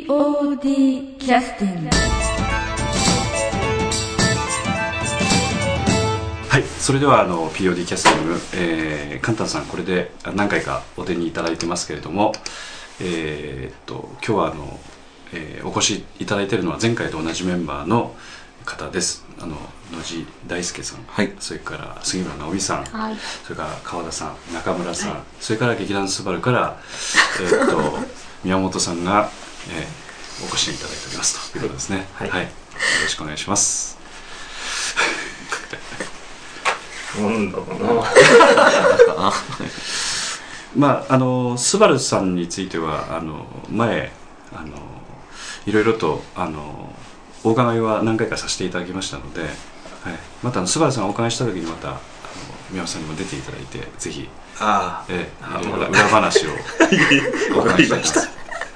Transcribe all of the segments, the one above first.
POD キャスティング。 はい、それではPOD キャスティング、カンタンさんこれで何回かお出にいただいてますけれども、今日はお越しいただいているのは前回と同じメンバーの方です。野地大輔さん、はい、それから杉村直美さん、はい、それから川田さん、中村さん、はい、それから劇団スバルから宮本さんが、お越しいただいておりますということですね。はい、はいはい、よろしくお願いします。 なんだろうなまあスバルさんについては前いろいろとお伺いは何回かさせていただきましたので、はい、またスバルさんがお伺いした時にまた宮本さんにも出ていただいてぜひ裏話をお伺いしたいと思います。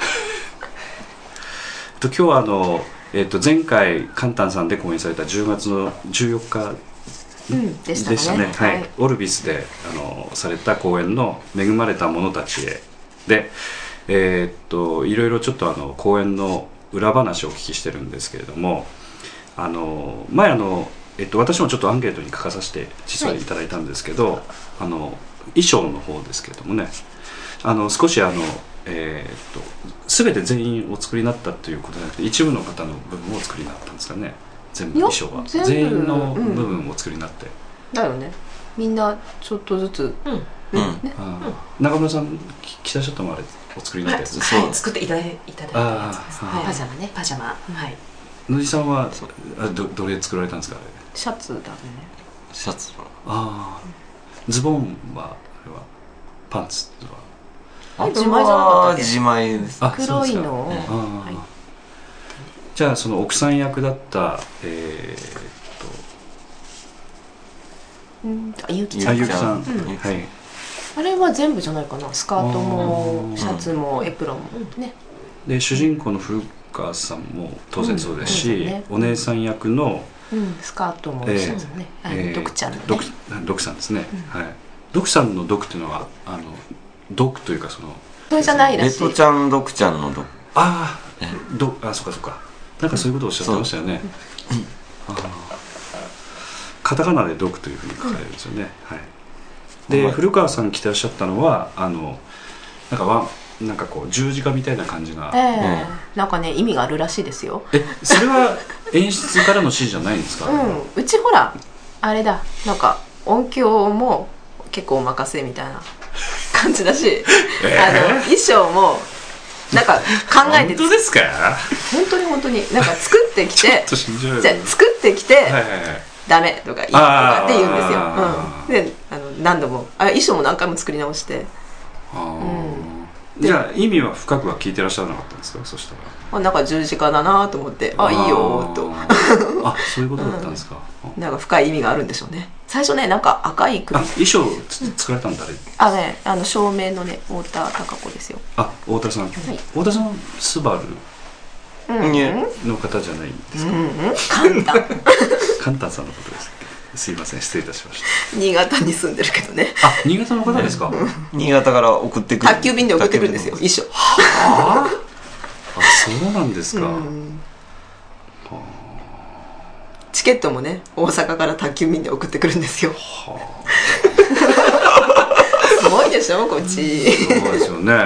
今日は前回カンタンさんで公演された10月の14日でしたね、はい、オルビスでされた公演の恵まれた者たちへで、いろいろちょっと公演の裏話をお聞きしてるんですけれども、前私もちょっとアンケートに書かさせて実はいただいたんですけど、はい、衣装の方ですけれどもね、少し全て全員お作りになったということじゃなくて一部の方の部分をお作りになったんですかね。全部衣装は全員の部分をお作りになって、 だよね、みんなちょっとずつ、 中村さん着たシャツもあれお作りになったやつ、 はい、作っていただいたやつ、パジャマね、パジャマ、はい。 野地さんはどれ作られたんですか。 シャツだね。 シャツ。 ズボンはあれはパンツは自前じゃなかったっけ。 自前です。 黒いのを、 じゃあその奥さん役だったゆきさん、 はい、 あれは全部じゃないかな。スカートもシャツもエプロンもね。 で主人公の古川さんも当然そうですし、お姉さん役のスカートもシャツもね、ドクちゃんね、 ドクさんですね、はい。ドクさんのドクっていうのはドクというかそれじゃないらしい。 レトちゃんドクちゃんのドク、 そっかなんかそういうことをおっしゃってましたよね。カタカナでドクというふうに書かれるんですよね、はい。で古川さん着てらっしゃったのはなんかこう十字架みたいな感じが、 なんかね意味があるらしいですよ。 それは演出からの指示じゃないんですか。 うちほらあれだ、なんか音響も結構お任せみたいな感じだし、衣装もなんか考えて、 本当ですか。 本当になんか作ってきてちょっと信じられる。 じゃあ作ってきて、ダメとかいいとかって言うんですよ。で何度も衣装も何回も作り直して。 じゃあ意味は深くは聞いてらっしゃらなかったんですか。そしたらなんか十字架だなと思って、いいよとそういうことだったんですか。 なんか深い意味があるんでしょうね。最初ね、なんか赤い首、 衣装作られたの誰。 照明のね、太田貴子ですよ。 太田さん、太田さんスバルの方じゃないんですか。カンタンさんのことです。すいません、失礼いたしました。 新潟に住んでるけどね。 新潟の方ですか。 新潟から送ってくる。 宅急便で送ってくるんですよ、衣装。 そうなんですか。 チケットもね、大阪から宅急便で送ってくるんですよ。すごいでしょ、こっち。 そうですよね。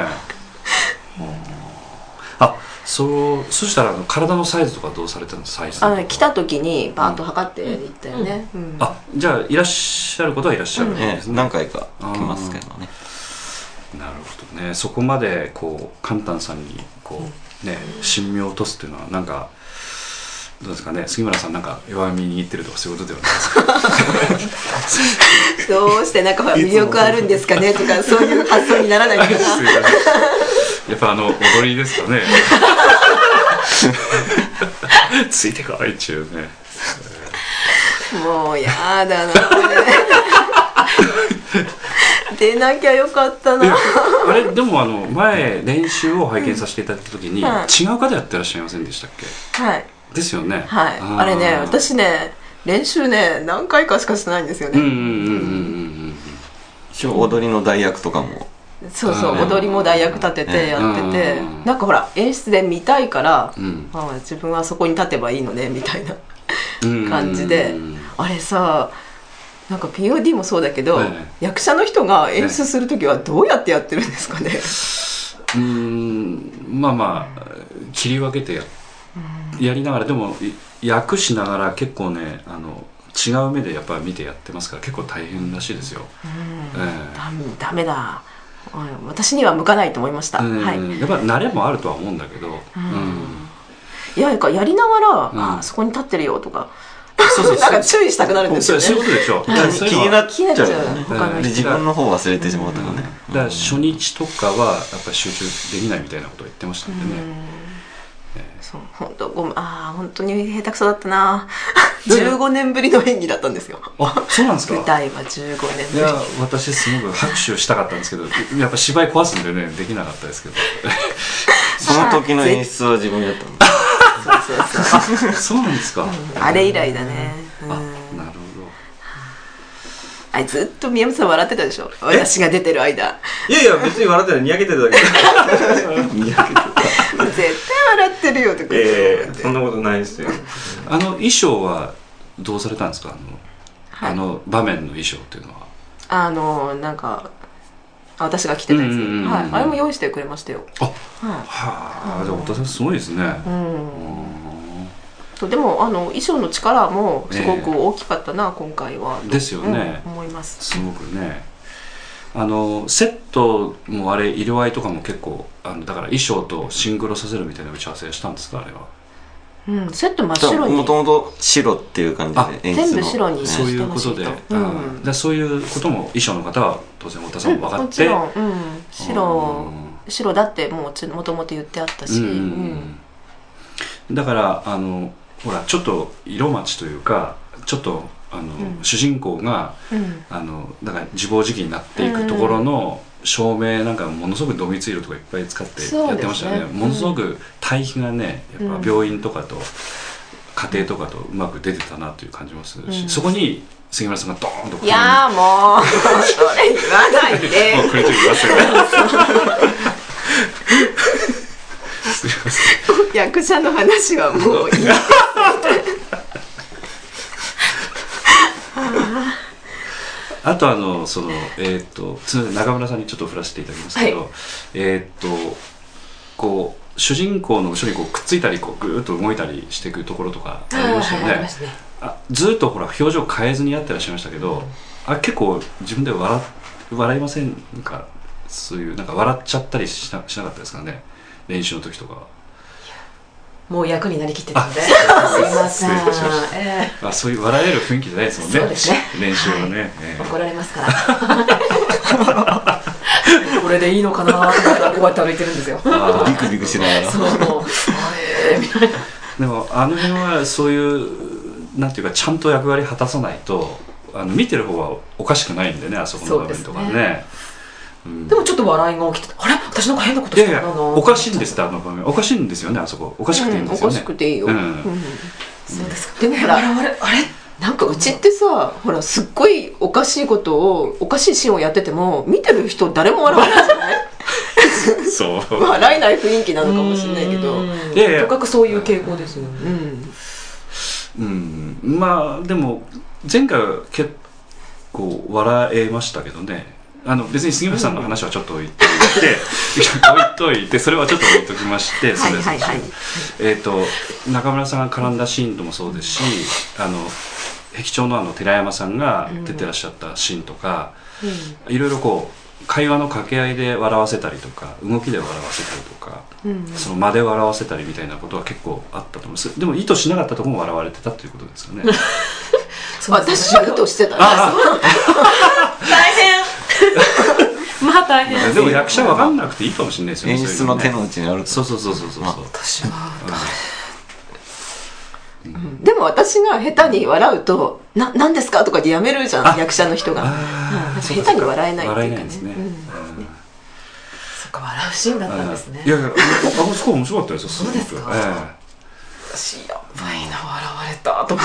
そしたら体のサイズとかどうされたんですか。サイズ来た時にバーッと測っていったよね。 じゃあいらっしゃることはいらっしゃるんですね。 何回か来ますけどね。 なるほどね。そこまでこうカンタンさんにこうね神妙を落とすっていうのはなんかどうですかね。杉村さんなんか弱み握ってるとかそういうことではないですか。 どうしてなんか魅力あるんですかねとかそういう発想にならないかな。 やっぱ踊りですかね。ついてこいっちゅうね。 もうやだなこれ。出なきゃよかったな。 あれでも前練習を拝見させていただいた時に、違う方やってらっしゃいませんでしたっけ。はい。ですよね。 はい。あれね、私ね練習ね何回かしかしてないんですよね。 一応踊りの代役とかもそうそう、踊りも代役立ててやってて、 うんなんかほら演出で見たいから、 うん自分はそこに立てばいいのねみたいなうん感じで、あれさなんか POD もそうだけど、役者の人が演出する時はどうやってやってるんですかね。 まあまあ切り分けてやりながら、でも訳しながら結構ね違う目でやっぱり見てやってますから結構大変らしいですよ。 ダメだ、私には向かないと思いました。はい、 やっぱ慣れもあるとは思うんだけど、 いややりながら、そこに立ってるよとかなんか注意したくなるんですよね。 そういうことでしょ。 気になっちゃうよね。 他の人で自分の方忘れてしまうとかね。 だから初日とかはやっぱり集中できないみたいなことを言ってましたんでね。 そう本当本当に下手くそだったな。15年ぶりの演技だったんですよ。 あ、そうなんですか。 舞台は15年ぶり。 いや私すごく拍手したかったんですけど、やっぱ芝居壊すんでねできなかったですけど。 その時の演出は自分だったんだ。 そうなんですか。 あれ以来だね。 なるほど。 あれずっと宮本さん笑ってたでしょ、私が出てる間。 いやいや別に笑ってない、にやけてるだけ。 にやけてた。 絶対笑ってるよとか言って、 そんなことないですよ。 衣装はどうされたんですか、場面の衣装っていうのは。 なんか私が着てたやつ、あれも用意してくれましたよ。 はあ、じゃあ太田さんすごいですね。 でも衣装の力もすごく大きかったな、今回は。 ですよね、 思います。 すごくね。セットもあれ色合いとかも結構だから衣装とシンクロさせるみたいな打ち合わせしたんですか、あれは。 セット真っ白に。 もともと白っていう感じで演出の全部白にそういうことで、そういうことも衣装の方は当然太田さんも分かって、 もちろん、白だってもともと言ってあったし、 だからほらちょっと色待ちというか、ちょっと主人公が、だから自暴自棄になっていくところの照明なんかものすごくドミツイルとかいっぱい使ってやってましたね。ものすごく対比がね、やっぱ病院とかと家庭とかとうまく出てたなという感じもするし、そこに杉村さんがドーンと。 いやもうそれ言わないで。 もうこれと言いますよね。すいません。 役者の話はもういい。 あと中村さんにちょっと振らせていただきますけど、こう主人公の後ろにこうくっついたりこうぐーっと動いたりしていくところとかありましたよね。ずっとほら表情変えずにやってらっしゃいましたけど、結構自分で笑いませんか。そういうなんか笑っちゃったりしなかったですかね、練習の時とかは。 もう役になりきってたので、すいません。 そういう笑える雰囲気じゃないですもんね。 そうですね。 練習はね。 怒られますから。これでいいのかなと思ったらこうやって歩いてるんですよ。 ビクビクしながら。 そう。みたいな。 でも辺はそういうなんていうかちゃんと役割果たさないと見てる方はおかしくないんでね、あそこの場面とかね。 でもちょっと笑いが起きてた。あれ、私なんか変なことしてたな。 おかしいんですって、場面おかしいんですよね、あそこおかしくていいんですよね。 おかしくていいよ。 そうですか。 でもほらあれなんかうちってさ、ほらすっごいおかしいことをおかしいシーンをやってても見てる人誰も笑わないじゃない。 そう笑えない雰囲気なのかもしれないけど、 とかくそういう傾向ですよね。 まあでも前回は結構笑えましたけどね。別に杉村さんの話はちょっと置いといてそれはちょっと置いときまして、中村さんが絡んだシーンともそうですし、壁長の寺山さんが出てらっしゃったシーンとか、いろいろこう会話の掛け合いで笑わせたりとか動きで笑わせたりとか、その間で笑わせたりみたいなことは結構あったと思います。でも意図しなかったところも笑われてたということですよね。 私は意図してた。 大変。まあ大変。 でも役者わかんなくていいかもしれないですよね。 演出の手の内にある。 そう。 私は。 でも私が下手に笑うと何ですかとかでやめるじゃん、役者の人が。下手に笑えないっていうかね。 そっか、笑うシーンだったんですね。 いやそこ面白かったですよ。 そうですか。私やばいな、笑われたと思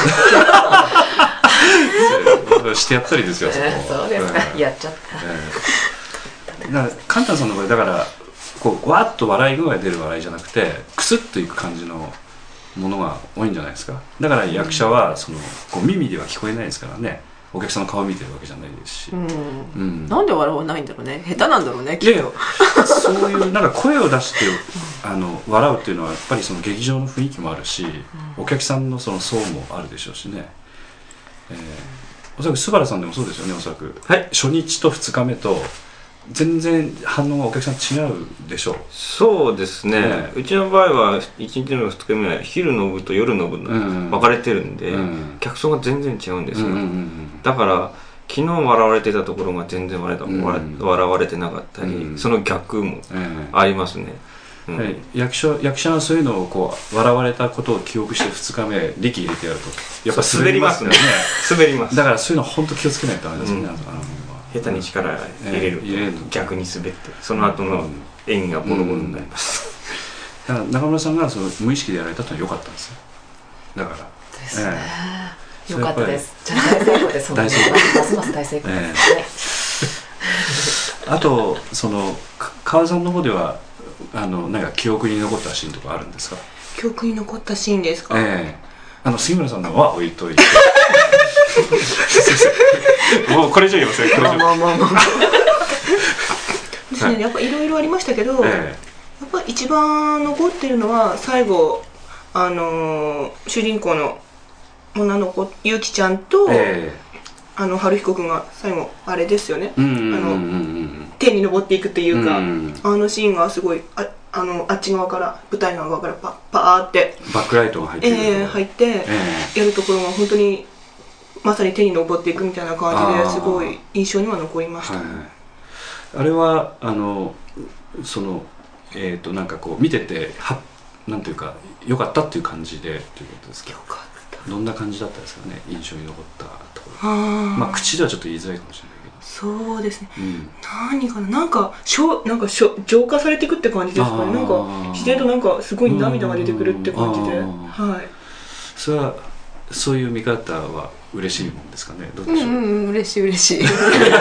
って。 してやったりですよ。 そうですか、やっちゃった。 だからカンタンさんの場合だからこうわーっと笑い声が出る笑いじゃなくてクスッといく感じのものが多いんじゃないですか。だから役者はそのこう耳では聞こえないですからね、お客さんの顔を見てるわけじゃないですし、 なんで笑わないんだろうね、下手なんだろうね、きっと。 そういうなんか声を出して笑うっていうのはやっぱりその劇場の雰囲気もあるし、お客さんのその層もあるでしょうしね、おそらくスバラさんでもそうですよね。おそらく、 はい、 初日と2日目と全然反応がお客さん違うでしょう。 そうですね、うちの場合は1日目2日目は昼の部と夜の部の分かれてるんで、客層が全然違うんですよ、だから昨日笑われてたところが全然笑われてなかったり、その逆もありますね。 役者はそういうのをこう笑われたことを記憶して2日目力入れてやるとやっぱ滑りますよね。 滑ります。 だからそういうの本当気をつけないとダメですよね。 下手に力入れると逆に滑ってその後の演技がボロボロになります。 だから中村さんがその無意識でやられたというのは良かったんですよ。だからですね、良かったです。じゃあ大成功です。大成功ますます大成功ですね。 あとその川さんの方ではなんか記憶に残ったシーンとかあるんですか？ 記憶に残ったシーンですか？ 杉村さんのは置いといてもうこれ以上言いません。 ですね、やっぱいろいろありましたけど、やっぱ一番残ってるのは最後主人公の女の子ゆきちゃんと、春彦君が最後あれですよね、天に昇っていくっていうか、あのシーンがすごいあっち側から舞台の側からパーってバックライトが入って入ってやるところが本当にまさに天に昇っていくみたいな感じですごい印象には残りました。 あれはそのなんかこう見ててなんていうか良かったっていう感じでということですか？良かった。どんな感じだったですかね、印象に残ったところ。まあ口ではちょっと言いづらいかもしれないけど。 そうですね、何かな、なんか浄化されていくって感じですかね。なんか自然となんかすごい涙が出てくるって感じで、 それはそういう見方は嬉しいもんですかね。どうでしょう。 嬉しい。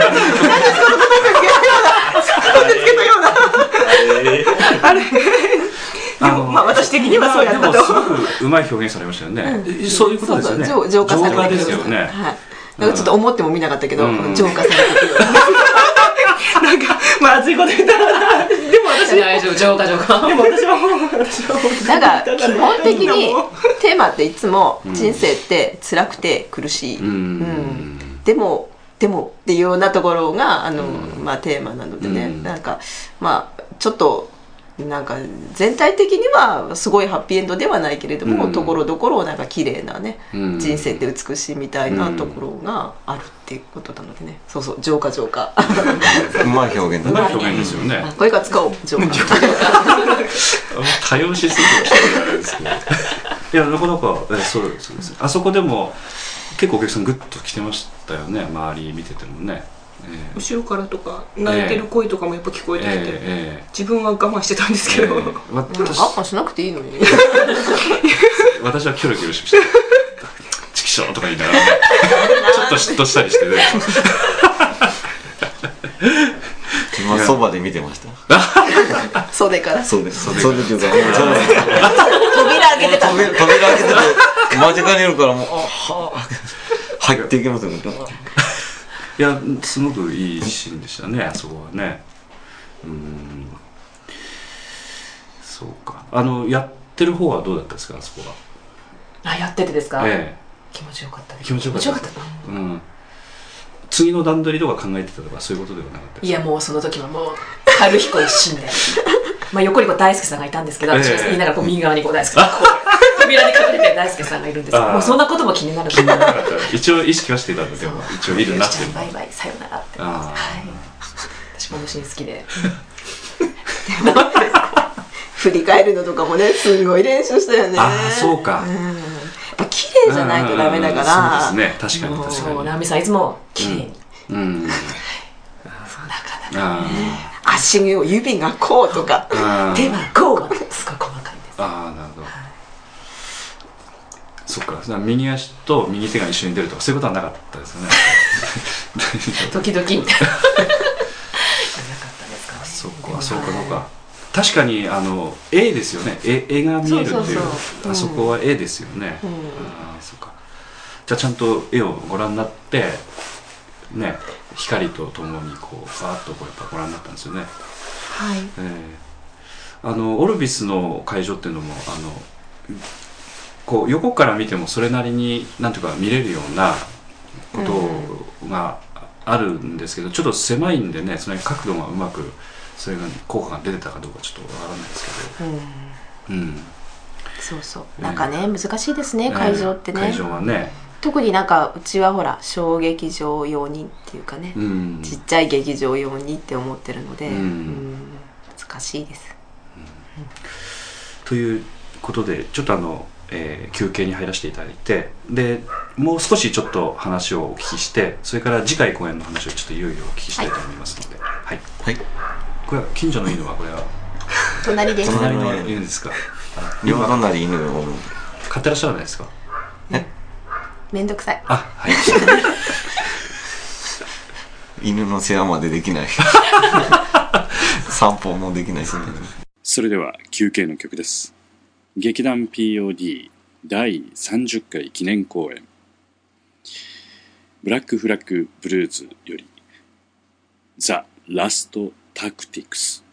私的にはそうやったと。 でもすごくうまい表現されましたよね。そういうことですよね。 浄化されていく。 ですよね。 ちょっと思っても見なかったけど、浄化されていく。 なんかまずいこと言ったら、でも私大丈夫、浄化。 でも私はだから基本的にテーマっていつも人生って辛くて苦しい。でもっていうようなところがテーマなのでね、なんかちょっとなんか全体的にはすごいハッピーエンドではないけれども、ところどころなんか綺麗なね、人生って美しいみたいなところがあるっていうことなのでね。そうそう、浄化うまい表現だね。 うまい表現ですよね。 これから使おう、浄化。 多用しすぎてあれですけどいやなかなかそうです。あそこでも結構お客さんグッと来てましたよね。周り見ててもね、 後ろからとか泣いてる声とかもやっぱ聞こえてきて、自分は我慢してたんですけど、 我慢しなくていいのに。 私はキョロキョロしてチキショーとか言いながら、ちょっと嫉妬したりしてね。 今そばで見てました。 袖から。 袖っていうか、 扉開けてた。 扉開けてて間近にいるからもう入っていけますよね。 いやすごくいいシーンでしたね、あそこはね。そうか。やってる方はどうだったですか、あそこは。 やっててですか？気持ちよかったです。 気持ちよかった。次の段取りとか考えてたとかそういうことではなかったですか？ いやもうその時はもう春彦一心で横に大輔さんがいたんですけど、私が言いながら右側に大輔さん扉に隠れて大輔さんがいるんですけど、もうそんなことも気にならなかった。 一応意識はしていたんだけど、一応いるなって。 バイバイさよならって。私も虫に好きで。 振り返るのとかもね、すごい練習したよね。 そうか。 綺麗じゃないとダメだから。 そうですね、確かに確かに。 直美さんいつも綺麗に。なかなかね。 足を指がこうとか、 手はこうがすごい細かいです。 なるほど。そっか、右足と右手が一緒に出るとかそういうことはなかったですよね。 時々みたいな。なかったですそうかそうか。確かに絵ですよね。絵が見えるっていう、あそこは絵ですよね。そうか。じゃあちゃんと絵をご覧になってね、光とともにこうバーッとこうやっぱご覧になったんですよね。 はい。 オルビスの会場っていうのもこう横から見てもそれなりになんていうか見れるようなことがあるんですけど、ちょっと狭いんでね、その角度がうまくそれが効果が出てたかどうかちょっとわからないですけど、 そうそうなんかね、難しいですね、会場ってね。 会場はね、 特になんかうちはほら小劇場用にっていうかね、ちっちゃい劇場用にって思ってるので、難しいです。 ということでちょっと休憩に入らせていただいて、でもう少しちょっと話をお聞きして、それから次回公演の話をちょっといよいよお聞きしたいと思いますので、はい、はい、これは近所の犬はこれは隣です。 隣の犬ですか。 両隣犬を飼ってらっしゃらないですか。 めんどくさい。 あ、はい。 犬の世話までできない。散歩もできないし、ね。 それでは休憩の曲です。劇団 POD 第30回記念公演ブラックフラッグブルーズよりザ・ラスト・タクティクス。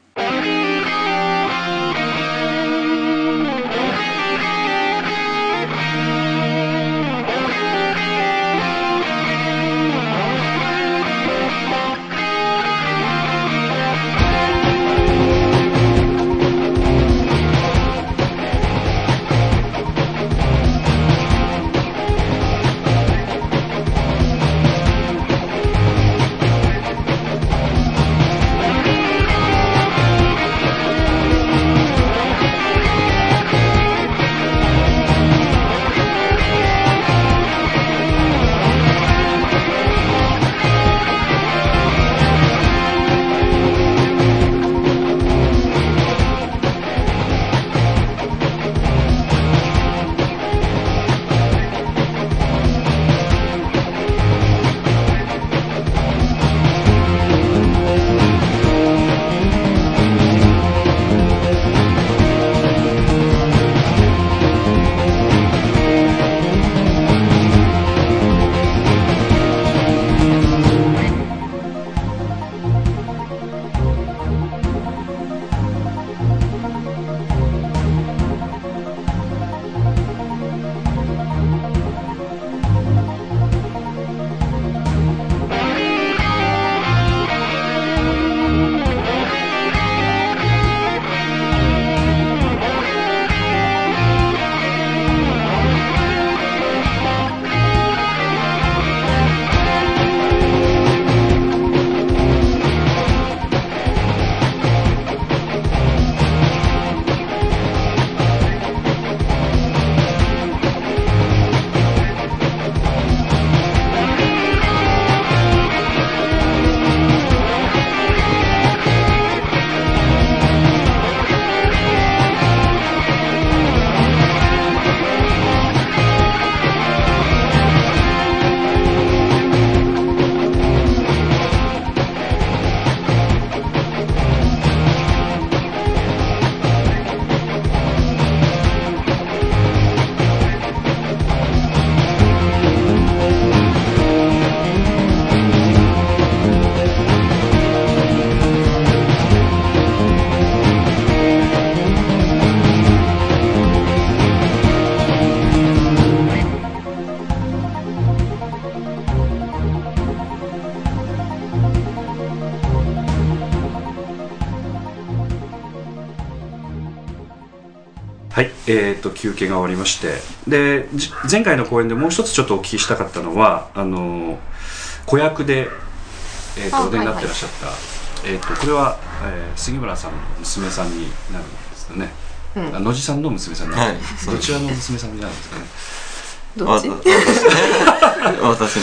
はい、休憩が終わりまして、で前回の公演でもう一つちょっとお聞きしたかったのは子役で、お出になってらっしゃった、これは、杉村さんの娘さんになるんですよね、野地さんの娘さんになる、どちらの娘さんになるんですかね。 どっち？ 私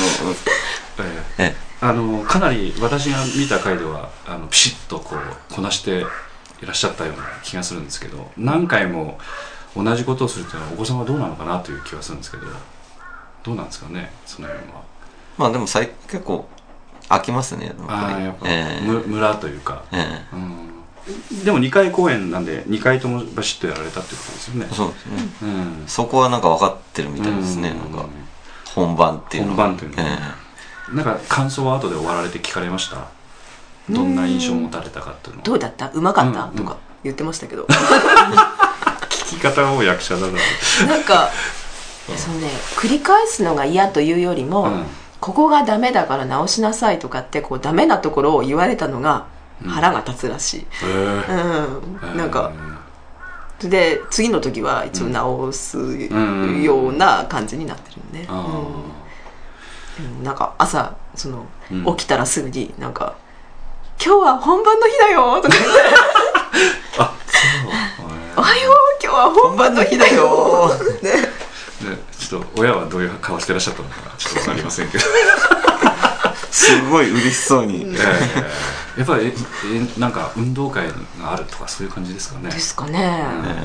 の、 かなり私が見た回ではピシッとこうこなしていらっしゃったような気がするんですけど、何回も同じことをするというのはお子さんはどうなのかなという気はするんですけど、どうなんですかね、その辺は。 まあでも結構飽きますね。 やっぱ、村というか、 でも2回公演なんで2回ともバシッとやられたってことですよね。 そうですね、そこはなんか分かってるみたいですね、なんか本番っていうの本番というのは、なんか感想は後で終わられて聞かれました？どんな印象を持たれたかっていうのどうだった？うまかった？とか言ってましたけど聞き方を役者だななんかそのね、繰り返すのが嫌というよりも、ここがダメだから直しなさいとかってこうダメなところを言われたのが腹が立つらしい、なんかで次の時は一応直すような感じになってるね、なんか朝その、起きたらすぐになんか今日は本番の日だよとか言ってあ、 おはよう今日は本番の日だよね、 ちょっと親はどういう顔してらっしゃったのかちょっと分かりませんけどすごい嬉しそうに、 やっぱりなんか運動会があるとかそういう感じですかね。 ですかね、 なるほどね。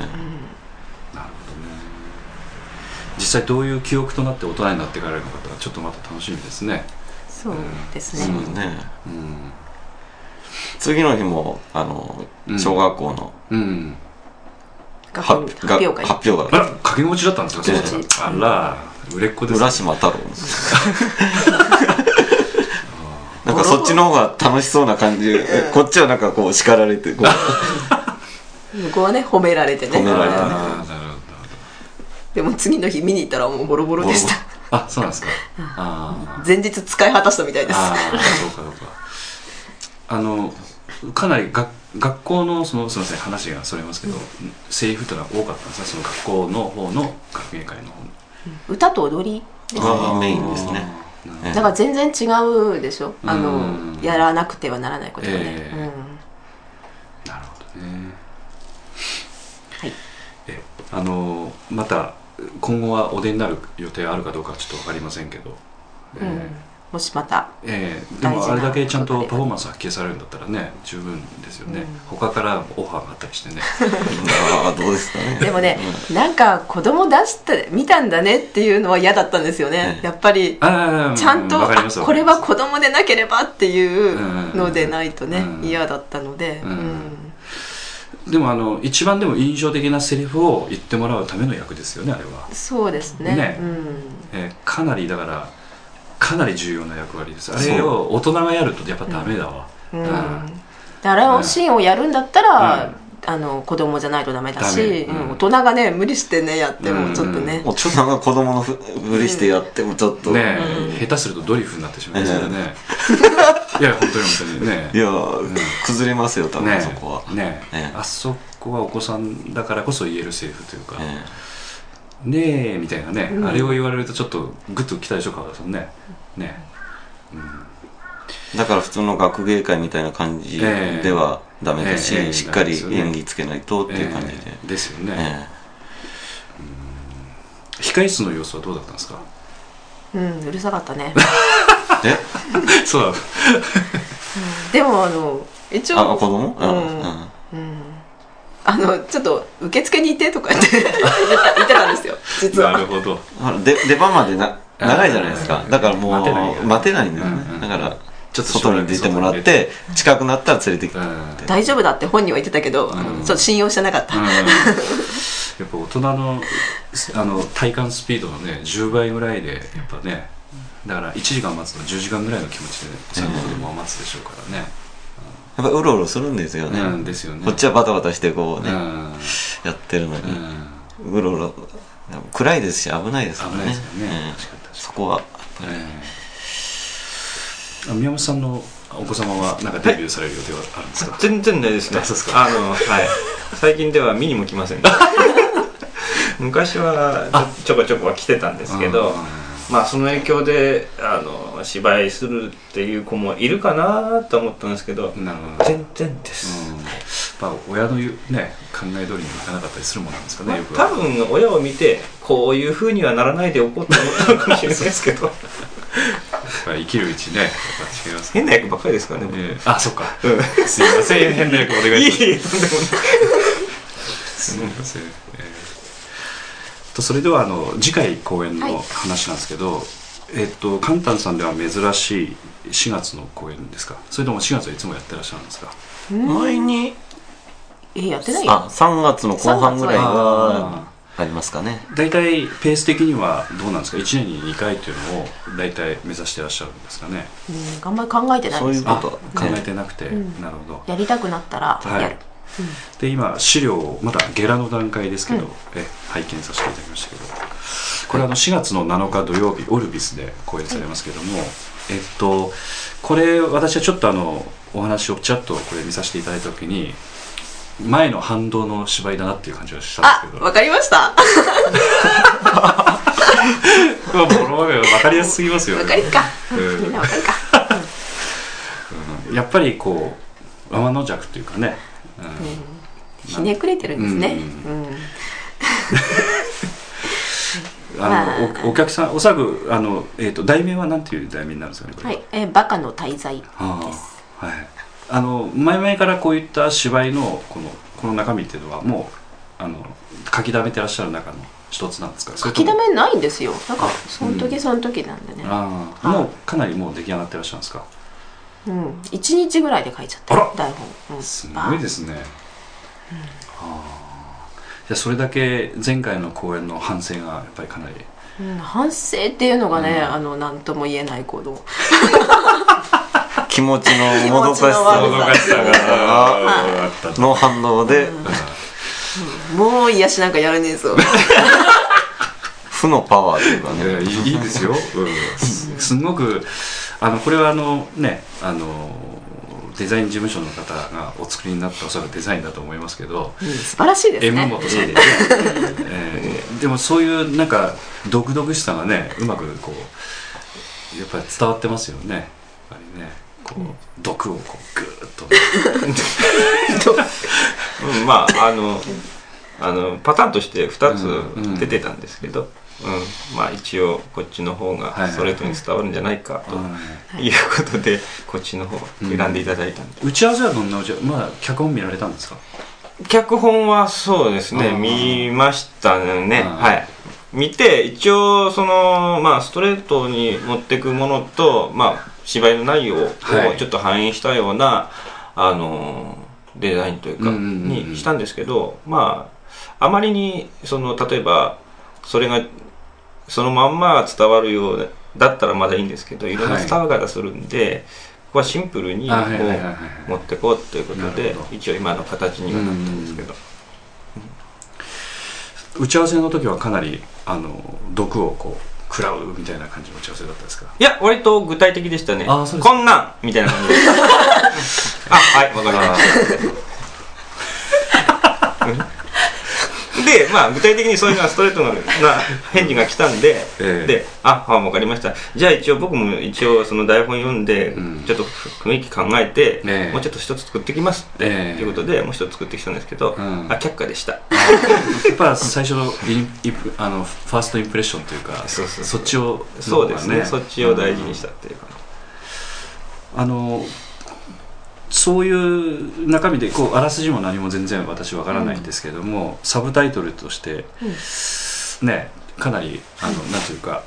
実際どういう記憶となって大人になってからの方はちょっとまた楽しみですね。 そうですね、 そうね、次の日も小学校の、 発表会。 あら、掛け持ちだったんですか？そうですか。あら、売れっ子ですね。 浦島太郎なんかそっちの方が楽しそうな感じ、こっちはなんかこう叱られてこう向こうはね褒められてね。 褒められてね。 でも次の日見に行ったらもうボロボロでした。 あ、そうなんですか。 前日使い果たしたみたいです。 そうかそうか。かなり学校のすみません話がそれますけど、セリフというのは多かったんですか？その学校の方の学芸会の方の。 歌と踊りですね。 メインですね。 だから全然違うでしょ。やらなくてはならないことがね。 なるほどね。 はい。 また今後はお出になる予定あるかどうかちょっと分かりませんけど、 もしまたでもあれだけちゃんとパフォーマンス発揮されるんだったらね十分ですよね、他からオファーがあったりしてねどうですかね。 でもね、なんか子供出して見たんだねっていうのは嫌だったんですよね、やっぱりちゃんとこれは子供でなければっていうのでないとね嫌だったので、 でも一番でも印象的なセリフを言ってもらうための役ですよね、あれは。 そうですね。 かなりだからかなり重要な役割です。あれを大人がやるとやっぱダメだわ。 あれのシーンをやるんだったら子供じゃないとダメだし、大人がね無理してねやってもちょっとね、 大人が子供のふりしてやってもちょっとね下手するとドリフになってしまいますからね。いや本当にね。 いや崩れますよ多分そこは。 ねあそこはお子さんだからこそ言えるセリフというかねえみたいなね、あれを言われるとちょっとグッときたでしょ川田さんね。 だから普通の学芸会みたいな感じではダメだし、しっかり演技つけないとっていう感じで。 ですよね。控室の様子はどうだったんですか？ うるさかったね。 そうだ。 でも一応子供？ ちょっと受付にいてとか言って言ってたんですよ実は。 なるほど。 出番まで長いじゃないですか。だからもう待てないんだよね。だからちょっと外に出てもらって近くなったら連れてきて大丈夫だって本人は言ってたけど、ちょっと信用してなかった。 やっぱ大人の体感スピードのね10倍ぐらいでやっぱね、だから1時間待つの10時間ぐらいの気持ちでちゃんと子供は待つでしょうからね。 やっぱうろうろするんですよね。こっちはバタバタしてこうねやってるのにうろうろ暗いですし危ないですからね。そこはやっぱり。宮本さんのお子様はなんかデビューされる予定はあるんですか？ 全然ないですね。最近では見にも来ません。昔はちょこちょこは来てたんですけど、その影響で芝居するっていう子もいるかなと思ったんですけど、全然です。 親のね考え通りにはいかなかったりするものなんですかね。 多分親を見てこういう風にはならないでおこうと思ったのかもしれないですけど。 生きるうちね、やっぱ違います。 変な役ばっかりですからね。 そっか。すいません、変な役お願いします。 いい、とんでもない。 すみません。それでは次回公演の話なんですけど、カンタンさんでは珍しい4月の公演ですか？それとも4月はいつもやってらっしゃるんですか？ 前にやってないよ。 3月の後半ぐらいはありますかね。 大体ペース的にはどうなんですか？1年に2回というのを大体目指してらっしゃるんですかね。 あんまり考えてないです。 そういうことは考えてなくて、なるほど。 やりたくなったらやる。 で今資料をまだゲラの段階ですけど、拝見させていただきましたけど、これ4月の7日土曜日オルビスで公演されますけども、これ私はちょっとお話をちらっとこれ見させていただいた時に前の反動の芝居だなっていう感じがしたんですけど。 わかりました。 もう分かりやすすぎますよね。 わかりか。みんなわかるか。 やっぱりこう天の弱というかね、 ひねくれてるんですね。 お客さんおそらく題名は何ていう題名になるんですかね、これは。 はい、バカの大罪です。 はい。前々からこういった芝居のこの中身っていうのはもう書き溜めてらっしゃる中の一つなんですか？ 書き溜めないんですよ。なんかその時その時なんでね。 もうかなりもう出来上がってらっしゃるんですか ？1日ぐらいで書いちゃった台本。 すごいですね。じゃあそれだけ前回の公演の反省がやっぱりかなり、 反省っていうのがね、何とも言えないほど気持ちのもどかしさがの反応で、 もう癒しなんかやらねえぞ。 負のパワーというかね。 いいですよ。すごくこれはねデザイン事務所の方がお作りになったおそらくデザインだと思いますけど、 素晴らしいですね。 M本さんでもそういうなんか独々しさがねうまくこうやっぱり伝わってますよね。やっぱりねこう毒をこうグーッとまあパターンとして2つ出てたんですけど、まあ一応こっちの方がストレートに伝わるんじゃないかということでこっちの方を選んでいただいたんで、 打ち合わせはどんなまだ脚本見られたんですか？ 脚本はそうですね、見ましたね。はい、見て一応ストレートに持っていくものと、芝居の内容をちょっと反映したような、デザインというかにしたんですけど、あまりに例えばそれがそのまんま伝わるようだったらまだいいんですけど、いろんな伝わり方するんで、ここはシンプルにこう持ってこうということで一応今の形にはなったんですけど、 打ち合わせの時はかなり毒をこう食らうみたいな感じの打ち合わせだったんですか？ いや割と具体的でしたね。こんなんみたいな感じではいわかりましたで具体的にそういうのはストレートな返事が来たんで、でわかりました。じゃあ一応僕もその台本読んで、ちょっと雰囲気考えて、もうちょっと一つ作ってきますっていうことでもう一つ作ってきたんですけど、却下でした。やっぱ最初のファーストインプレッションというか、そっちをそうですね、そっちを大事にしたっていう感じ。 そういう中身であらすじも何も全然私わからないんですけれども、サブタイトルとしてねかなりなんというか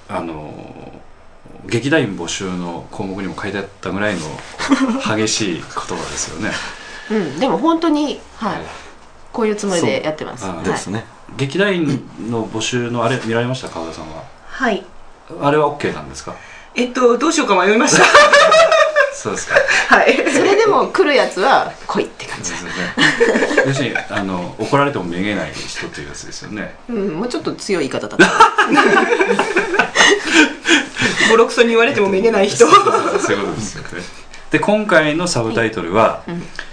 劇団員募集の項目にも書いてあったぐらいの激しい言葉ですよね。 でも本当にこういうつもりでやってます。 ですね。 劇団員の募集のあれ見られました？川田さんは。 はい。 あれは OK なんですか？ どうしようか迷いました。 そうですか。 はい。 それでも来るやつは来いって感じですね。要するに怒られてもめげない人っていうやつですよね。 もうちょっと強い言い方だった。 ボロクソに言われてもめげない人。 そういうことですよね。で今回のサブタイトルは、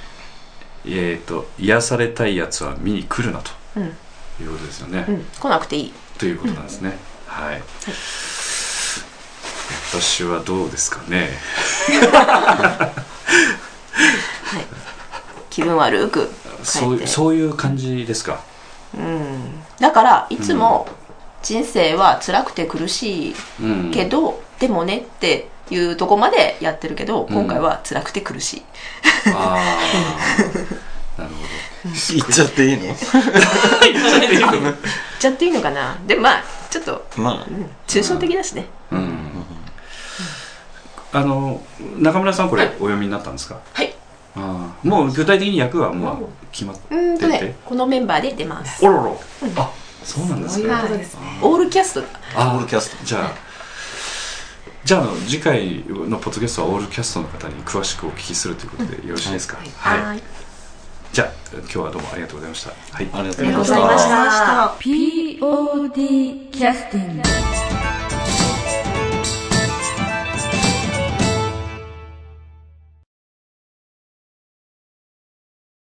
癒されたいやつは見に来るなということですよね。 来なくていいということなんですね。はい。私はどうですかね。 気分悪くそういう感じですか。 だからいつも人生は辛くて苦しいけど、でもねっていうとこまでやってるけど、今回は辛くて苦しい。 なるほど。 言っちゃっていいの？言っちゃっていいのかな。でもちょっと抽象的だしね。 中村さんこれお読みになったんですか？ はい。 もう具体的に役はもう決まってて、 このメンバーで出ます。 おろろ、あ、そうなんですね。 オールキャストだ。 オールキャスト。 じゃあ次回のポッドキャストはオールキャストの方に詳しくお聞きするということでよろしいですか？はい。じゃあ今日はどうもありがとうございました。はい、 ありがとうございました。 POD キャスティング。